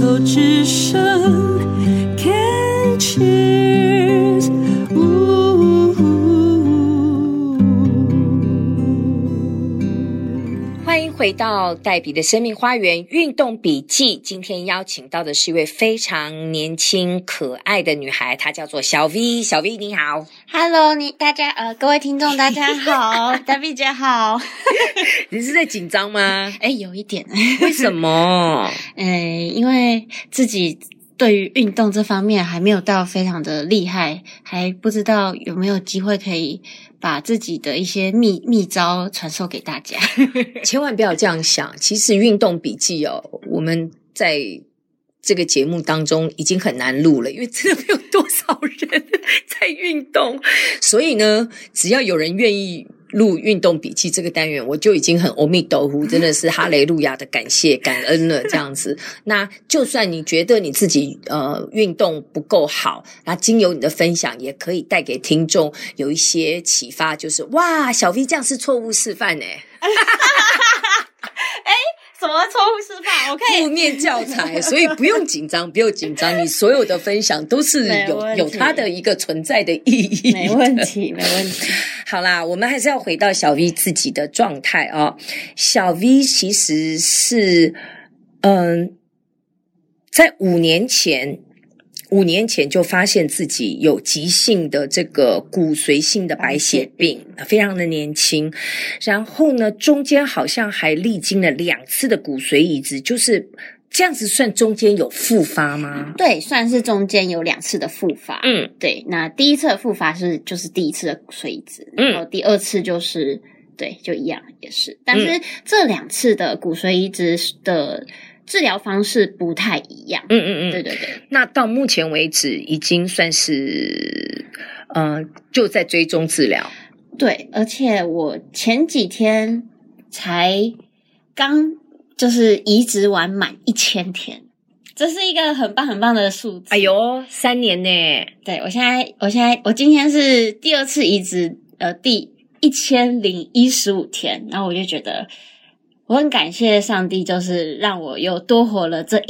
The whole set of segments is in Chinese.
手之声 Can Cheers。 欢迎回到黛比的生命花园运动笔记。今天邀请到的是一位非常年轻可爱的女孩，她叫做小 V。 小 V 你好。 Hello， 大家各位听众大家好黛比姐好。 你是在紧张吗？ 有一点。 为什么？ 因为自己对于运动这方面还没有到非常的厉害，还不知道有没有机会可以把自己的一些秘招传授给大家。 千万不要这样想，其实运动笔记我们在这个节目当中已经很难录了，因为真的没有多少人在运动，所以呢，只要有人愿意录运动笔记这个单元，我就已经很阿弥陀佛，真的是哈雷路亚的感谢感恩了这样子。那就算你觉得你自己运动不够好，那经由你的分享也可以带给听众有一些启发，就是哇，小 V 这样是错误示范什么错误示范？我可以负面教材，所以不用紧张，不用紧张，你所有的分享都是有它的一个存在的意义。 没问题，没问题。 好啦，我们还是要回到小 V 自己的状态啊。小 V 其实是在5年前就发现自己有急性的这个骨髓性的白血病，非常的年轻。然后呢，中间好像还历经了2次的骨髓移植，就是这样子算中间有复发吗？ 对，算是中间有2次的复发。对，那第一次的复发就是第一次的骨髓移植，然后第2次就是对，就一样也是。但是这2次的骨髓移植的治疗方式不太一样。对对对。 那到目前为止已经算是就在追踪治疗。 对，而且我前几天才刚就是移植完满1000天，这是一个很棒很棒的数字。 哎呦，3年呢。 对，我今天是第2次移植第1015天，然后我就觉得我很感谢上帝，就是让我又多活了这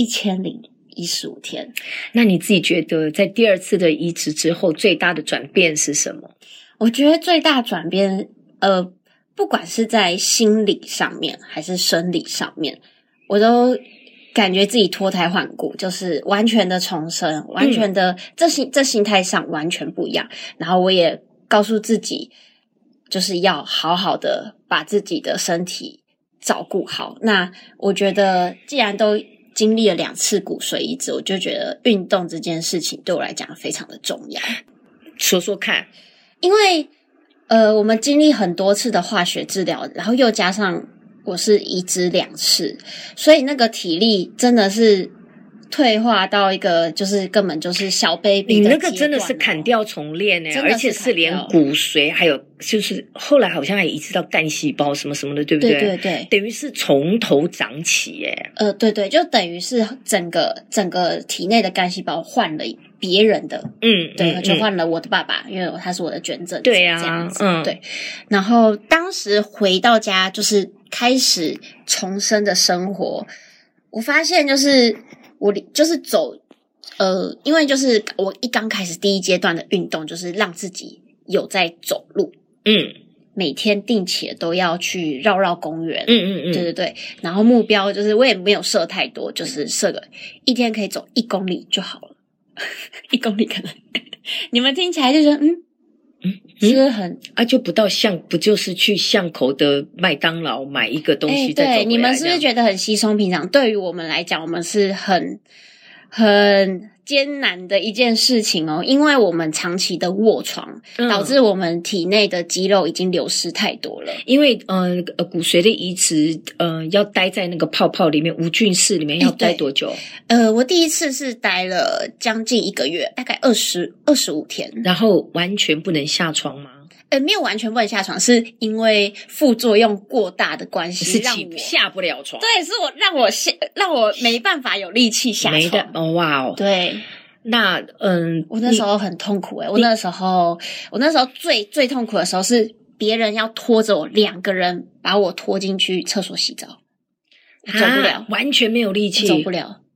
1015天。 那你自己觉得在第2次的移植之后最大的转变是什么？ 我觉得最大转变不管是在心理上面还是生理上面，我都感觉自己脱胎换骨，就是完全的重生，完全的这心态上完全不一样。然后我也告诉自己，就是要好好的把自己的身体照顾好。那我觉得既然都经历了2次骨髓移植，我就觉得运动这件事情对我来讲非常的重要。 说说看。 因为我们经历很多次的化学治疗，然后又加上我是移植2次，所以那个体力真的是退化到一个就是根本就是小 baby 的阶段。 你那个真的是砍掉重练而且是连骨髓还有就是后来好像还移植到干细胞什么什么的，对不对？对对对，等于是从头长起对对，就等于是整个体内的干细胞换了别人的。对，就换了我的爸爸，因为他是我的捐赠者。对啊，这样子。对。然后当时回到家就是开始重生的生活，我发现就是我就是走因为就是我一刚开始第一阶段的运动就是让自己有在走路。每天定期都要去绕公园。对对对。然后目标就是我也没有设太多，就是设个一天可以走1公里就好了。1公里可能你们听起来就觉得是很就不就是去巷口的麦当劳买一个东西再走回来。 对，你们是不是觉得很稀松平常？对于我们来讲，我们是很艰难的一件事情因为我们长期的卧床，导致我们体内的肌肉已经流失太多了。 因为骨髓的移植要待在那个泡泡里面无菌室里面要待多久？ 我第一次是待了将近1个月，大概25天。 然后完全不能下床吗？ 没有完全不能下床，是因为副作用过大的关系， 是下不了床。 对，是让我没办法有力气下床。 哇哦！ 对， 那我那时候很痛苦我那时候最痛苦的时候是别人要拖着我，2个人把我拖进去厕所洗澡，我走不了， 完全没有力气， 走不了。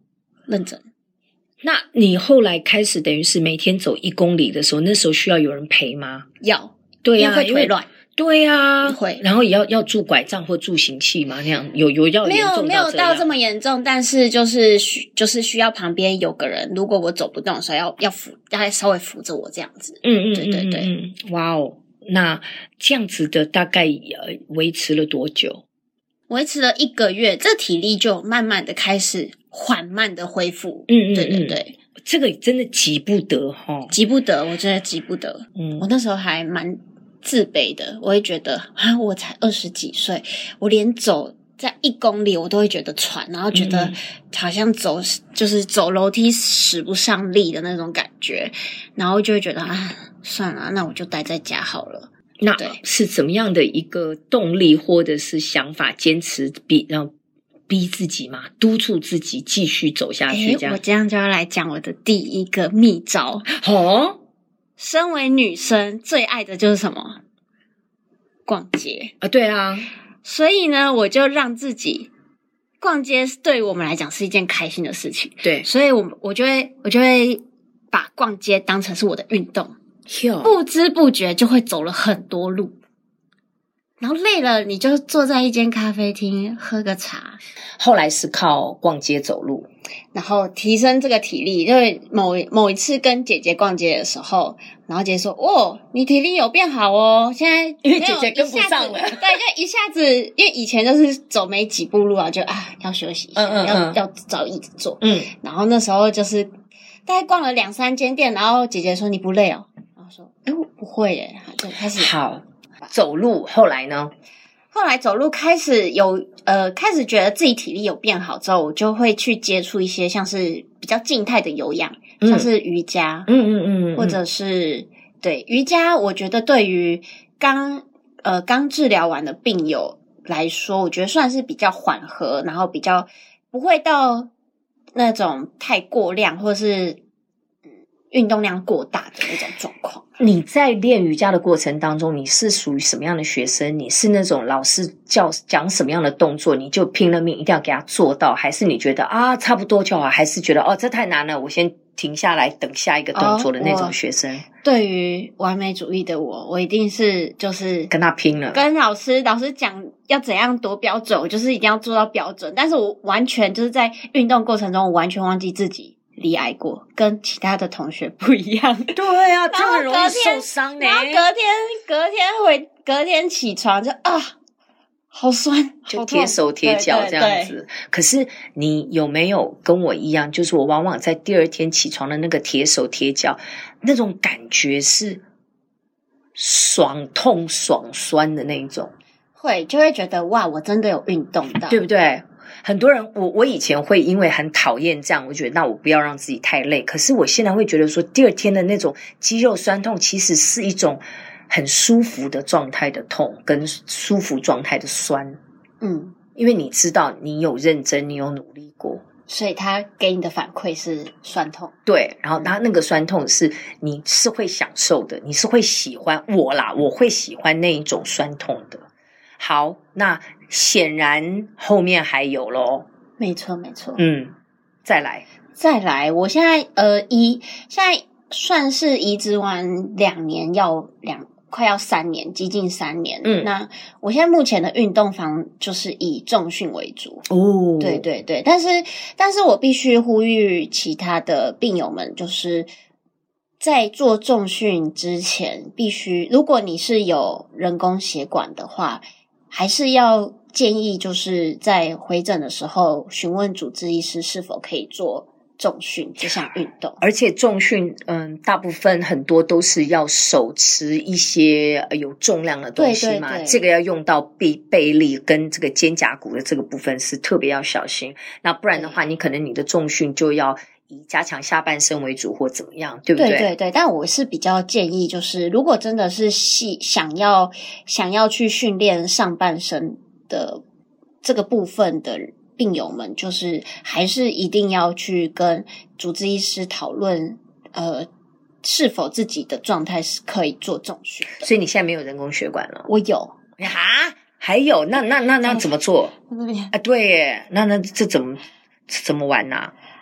认真。 那你后来开始等于是每天走1公里的时候，那时候需要有人陪吗？ 要， 对啊， 会腿软。 对啊， 会， 然后也要助拐杖或助行器嘛，那样有要严重到没有到这么严重，但是就是需要旁边有个人，如果我走不动的时候要稍微扶着我这样子。对， 哇哦，那这样子的大概维持了多久？ 维持了1个月，这体力就慢慢的开始缓慢的恢复。对， 这个真的急不得齁， 急不得，我真的急不得。我那时候还蛮自卑的，我会觉得我才20几岁，我连走在1公里我都会觉得喘，然后觉得好像就是走楼梯使不上力的那种感觉，然后就会觉得算了，那我就待在家好了。 那是怎么样的一个动力或者是想法坚持逼自己嘛，督促自己继续走下去这样？ 我这样就要来讲我的第一个秘招。身为女生最爱的就是什么？逛街啊，对啊。 所以呢，我就让自己逛街对于我们来讲是一件开心的事情。 对， 所以我就会把逛街当成是我的运动，不知不觉就会走了很多路。然后累了，你就坐在一间咖啡厅喝个茶。 后来是靠逛街走路， 然后提升这个体力。因为某一次跟姐姐逛街的时候，然后姐姐说：“你体力有变好哦，现在因为姐姐跟不上了。” 对，就一下子，因为以前就是走没几步路就要休息一下，要找椅子坐。然后那时候就是大概逛了2-3间店，然后姐姐说：“你不累哦？”然后说：“我不会耶。”就开始好走路。后来呢？ 后来走路开始开始觉得自己体力有变好之后，我就会去接触一些像是比较静态的有氧，像是瑜伽，或者是对瑜伽，我觉得对于刚治疗完的病友来说，我觉得算是比较缓和，然后比较不会到那种太过量或是运动量过大的那种状况。 你在练瑜伽的过程当中，你是属于什么样的学生？你是那种老师讲什么样的动作，你就拼了命一定要给他做到，还是你觉得差不多就好，还是觉得这太难了，我先停下来等下一个动作的那种学生？ 对于完美主义的我一定是就是跟他拼了， 跟老师讲要怎样多标准，我就是一定要做到标准。但是我完全就是在运动过程中，我完全忘记自己罹癌过，跟其他的同学不一样。 对啊，这很容易受伤呢。 然后隔天起床就好酸， 就贴手贴脚这样子。可是你有没有跟我一样，就是我往往在第2天起床的那个贴手贴脚，那种感觉是爽痛爽酸的那一种， 就会觉得哇，我真的有运动到， 对不对？很多人我以前会因为很讨厌这样，我觉得那我不要让自己太累。可是我现在会觉得说，第2天的那种肌肉酸痛其实是一种很舒服的状态的痛，跟舒服状态的酸。因为你知道你有认真，你有努力过， 所以他给你的反馈是酸痛。 对，然后他那个酸痛是你是会享受的，你是会喜欢我会喜欢那一种酸痛的。好，那显然后面还有咯。没错。再来， 我现在现在算是移植完2年，快要3年，接近3年。那我现在目前的运动房就是以重训为主。对，但是我必须呼吁其他的病友们，就是在做重训之前，必须如果你是有人工血管的话，还是要建议就是在回诊的时候询问主治医师是否可以做重训这项运动。 而且重训大部分很多都是要手持一些有重量的东西嘛，对，这个要用到背力跟这个肩胛骨的这个部分是特别要小心。那不然的话，你可能你的重训就要以加强下半身为主或怎么样，对不对？ 对，但我是比较建议，就是如果真的是想要去训练上半身的这个部分的病友们，就是还是一定要去跟主治医师讨论，是否自己的状态是可以做重训的。 所以你现在没有人工血管了？ 我有还有？那怎么做？对耶，那这怎么玩啊？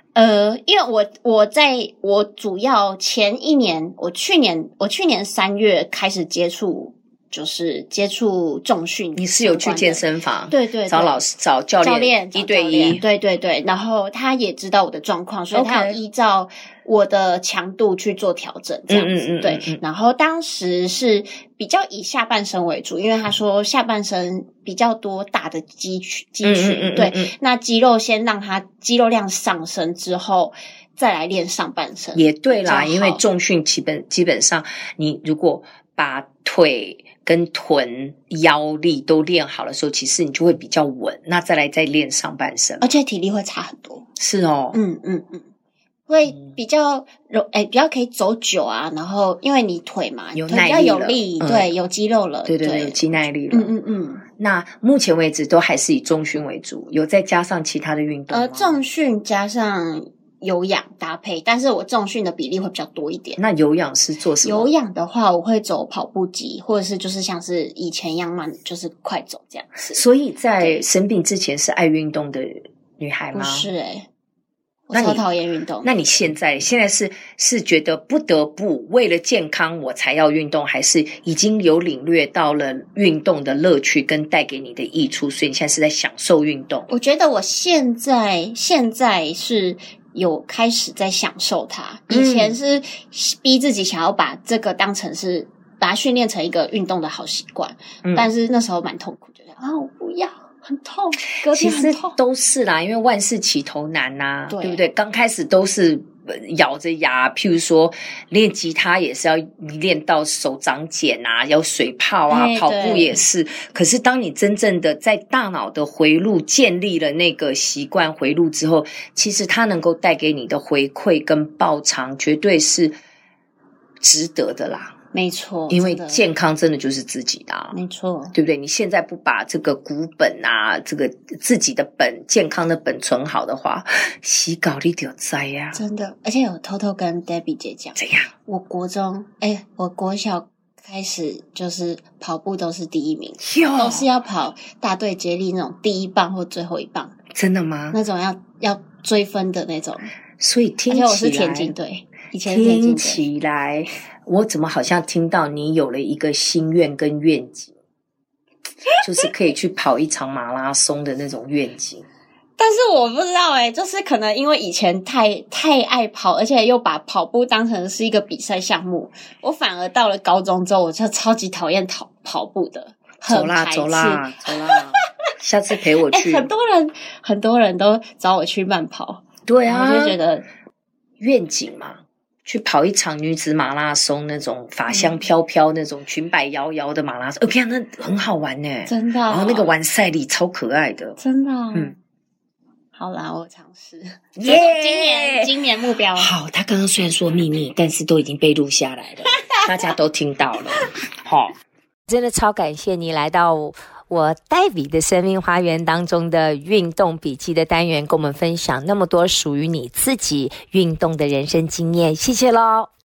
因为我主要前一年，我去年3月开始接触重训。 你是有去健身房？ 对对， 找老师找教练1对1。 对对对，然后他也知道我的状况，所以他有依照我的强度去做调整，这样子。对，然后当时是比较以下半身为主，因为他说下半身比较多大的肌群，对，那肌肉先让它肌肉量上升之后，再来练上半身。 也对啦，因为重训基本上你如果把腿跟臀腰力都练好的时候，其实你就会比较稳，那再练上半身， 而且体力会差很多。 是哦， 会比较可以走久啊，然后因为你腿嘛， 有耐力了， 比较有力，对，有肌肉了， 对，有肌耐力了。那目前为止都还是以重训为主，有再加上其他的运动吗？ 重训加上有氧搭配，但是我重训的比例会比较多一点。 那有氧是做什么？ 有氧的话，我会走跑步机，或者是就是像是以前一样慢，就是快走这样子。 所以在生病之前是爱运动的女孩吗？ 不是我超讨厌运动。 那你现在是觉得不得不为了健康我才要运动，还是已经有领略到了运动的乐趣跟带给你的益处，所以你现在是在享受运动？ 我觉得我现在是有开始在享受它，以前是逼自己想要把这个当成是把它训练成一个运动的好习惯，但是那时候蛮痛苦，觉得我不要。很痛，隔天很痛。 其实都是啦，因为万事起头难啊，对不对？刚开始都是咬着牙，譬如说练吉他也是要练到手长茧啊，要水泡啊，跑步也是。可是当你真正的在大脑的回路建立了那个习惯回路之后，其实它能够带给你的回馈跟报偿绝对是值得的啦。 没错， 因为健康真的就是自己的没错， 对不对？你现在不把这个股本啊，这个自己的本健康的本存好的话，洗稿你就栽呀， 真的。而且我偷偷跟 Debbie 姐讲， 怎样？ 我国小开始就是跑步都是第1名，都是要跑大队接力那种第1棒或最后1棒。 真的吗？ 那种要追分的那种。 所以听起来， 而且我是田径队，以前是田径队。 听起来，我怎么好像听到你有了一个心愿跟愿景，就是可以去跑一场马拉松的那种愿景。 但是我不知道就是可能因为以前太爱跑，而且又把跑步当成是一个比赛项目，我反而到了高中之后，我就超级讨厌跑步的。 走啦，下次陪我去。 很多人都找我去慢跑。 对啊， 我就觉得愿景嘛，去跑一场女子马拉松，那种法香飘飘、那种裙摆摇摇的马拉松，看那很好玩呢， 真的。 然后那个完赛礼超可爱的， 真的。好啦，我尝试。今年目标。 好，他刚刚虽然说秘密，但是都已经被录下来了，大家都听到了。好，真的超感谢你来到我Debbie的生命花园当中的运动笔记的单元，跟我们分享那么多属于你自己运动的人生经验，谢谢咯。